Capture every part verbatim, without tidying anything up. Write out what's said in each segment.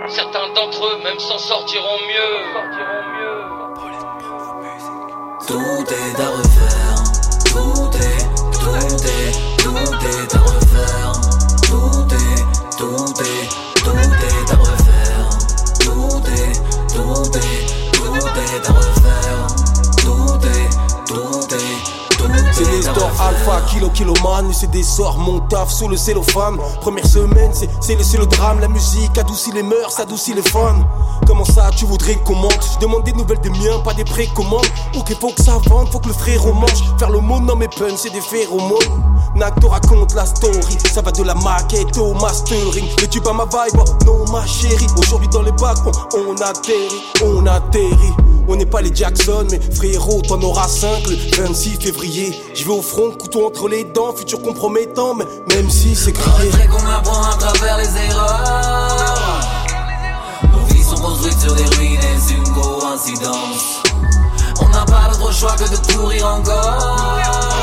Certains d'entre eux même s'en sortiront mieux. Tout est à refaire. Tout est, tout est, tout est à refaire. Tout est, tout est, tout est à refaire. Tout est, tout est, tout est à refaire. Tout est, tout est, tout est. C'est les stores alpha, kilo, kiloman, mais c'est des sorts, mon taf sous le cellophane. Première semaine, c'est, c'est, le, c'est le drame, la musique adoucit les mœurs, adoucit les fans. Comment ça, tu voudrais qu'on manque? Je demande des nouvelles des miens, pas des précommandes. Ok, faut que ça vende, faut que le frérot mange. Faire le mot, non mais pun, c'est des phéromones. Nak te raconte la story, ça va de la maquette au mastering. Le tube à ma vibe, oh, non ma chérie. Aujourd'hui dans les bacs, on, on atterrit, on atterrit. On n'est pas les Jackson, mais frérot, t'en auras cinq le vingt-six février. Je vais au front, couteau entre les dents, futur compromettant, mais même si c'est crié. Retrait qu'on apprend à travers les erreurs. Nos vies sont construites sur des ruines et c'est une coïncidence. On n'a pas d'autre choix que de courir encore.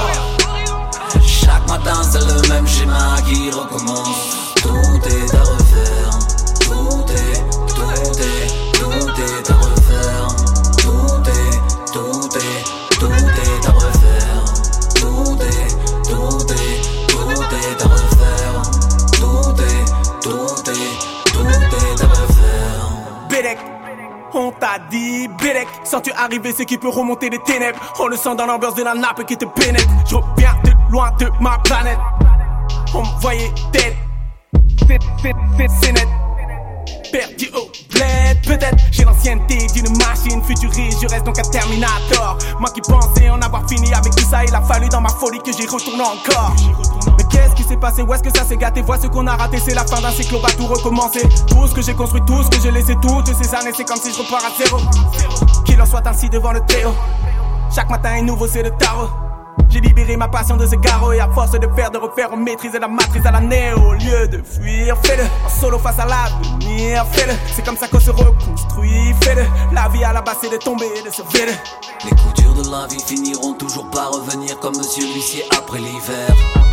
Chaque matin c'est le même schéma qui recommence. Tout est à refaire. Tout est, tout est, tout est à refaire. Tout est, tout est, tout est à refaire. Tout est, tout est, tout est à refaire. Tout est, tout est, tout est à refaire. Bérec, on t'a dit Bérec. Sens-tu arriver ce qui peut remonter les ténèbres? On le sent dans l'ambiance de la nappe qui te pénètre. Je reviens de loin de ma planète. On me voyait tête. C'est, c'est, c'est, c'est net. Perdu au bled, peut-être. J'ai l'ancienneté d'une machine futuriste. Je reste donc un Terminator. Moi qui pensais en avoir fini avec tout ça, il a fallu dans ma folie que j'y retourne encore. Mais qu'est-ce qui s'est passé? Où est-ce que ça s'est gâté? Vois ce qu'on a raté, c'est la fin d'un cycle, on va tout recommencer. Tout ce que j'ai construit, tout ce que j'ai laissé, toutes ces années, c'est comme si je repars à zéro. Qu'il en soit ainsi devant le théo. Chaque matin est nouveau, c'est le tarot. J'ai libéré ma passion de ce garrot. Et à force de faire, de refaire, on maîtrise la matrice à la néo. Au lieu de fuir, fais-le. En solo face à l'avenir, fais-le. C'est comme ça qu'on se reconstruit, fais-le. La vie à la base c'est de tomber et de se vider. Les coups durs de la vie finiront toujours par revenir comme monsieur l'huissier après l'hiver.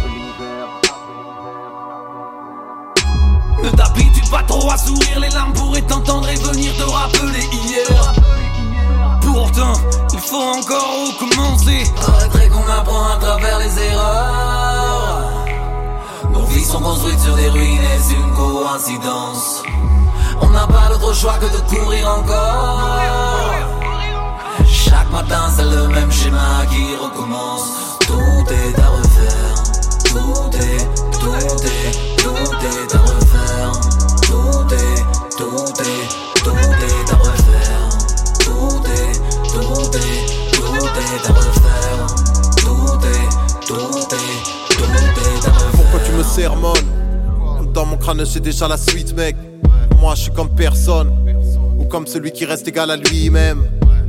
Ne t'habitue pas trop à sourire, les larmes pourraient t'entendre et venir te rappeler hier. Pourtant, il faut encore recommencer. Arrêterait qu'on apprend à travers les erreurs. Nos vies sont construites sur des ruines et c'est une coïncidence. On n'a pas d'autre choix que de courir encore. Chaque matin c'est le même schéma qui recommence. Tout est à refaire. Tout est, tout est, tout est à refaire. Tout est, tout est, tout est à refaire. Tout est, tout est, tout est à refaire. Tout est, tout est, tout est à refaire. Pourquoi tu me sermonnes? Dans mon crâne j'ai déjà la suite, mec. Moi je suis comme personne, ou comme celui qui reste égal à lui-même.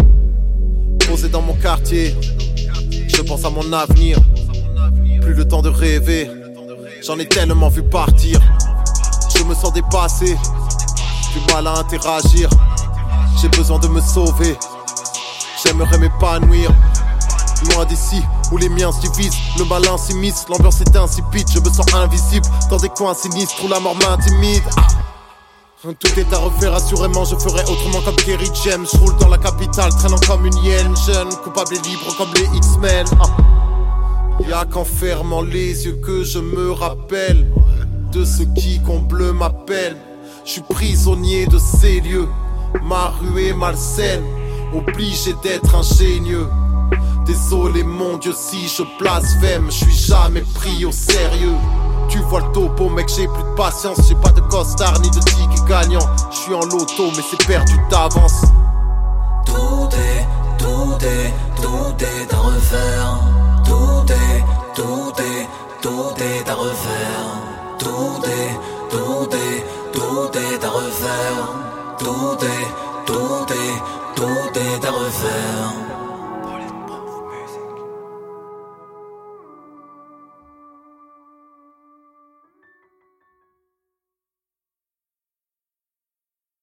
Posé dans mon quartier, je pense à mon avenir. Plus le temps de rêver, j'en ai tellement vu partir. Je me sens dépassé, du mal à interagir. J'ai besoin de me sauver, j'aimerais m'épanouir. Loin d'ici, où les miens se divisent, le malin s'immisce, l'ambiance est insipide. Je me sens invisible, dans des coins sinistres où la mort m'intimide. ah. Tout est à refaire, assurément je ferai autrement comme Kerry James. Je roule dans la capitale, traînant comme une hyène. Jeune, coupable et libre comme les X-Men. ah. Y'a qu'en fermant les yeux que je me rappelle de ce qui comble ma peine. Je suis prisonnier de ces lieux, ma rue est malsaine, obligé d'être ingénieux. Désolé mon Dieu si je blasphème, je suis jamais pris au sérieux. Tu vois le topo mec, j'ai plus de patience, j'ai pas de costard ni de ticket gagnant. Je suis en loto mais c'est perdu d'avance. Tout est, tout est, tout est à refaire. Tout est, tout est, tout est à refaire. Tout est, tout est, tout est à refaire. Tout est, tout est, tout est à refaire.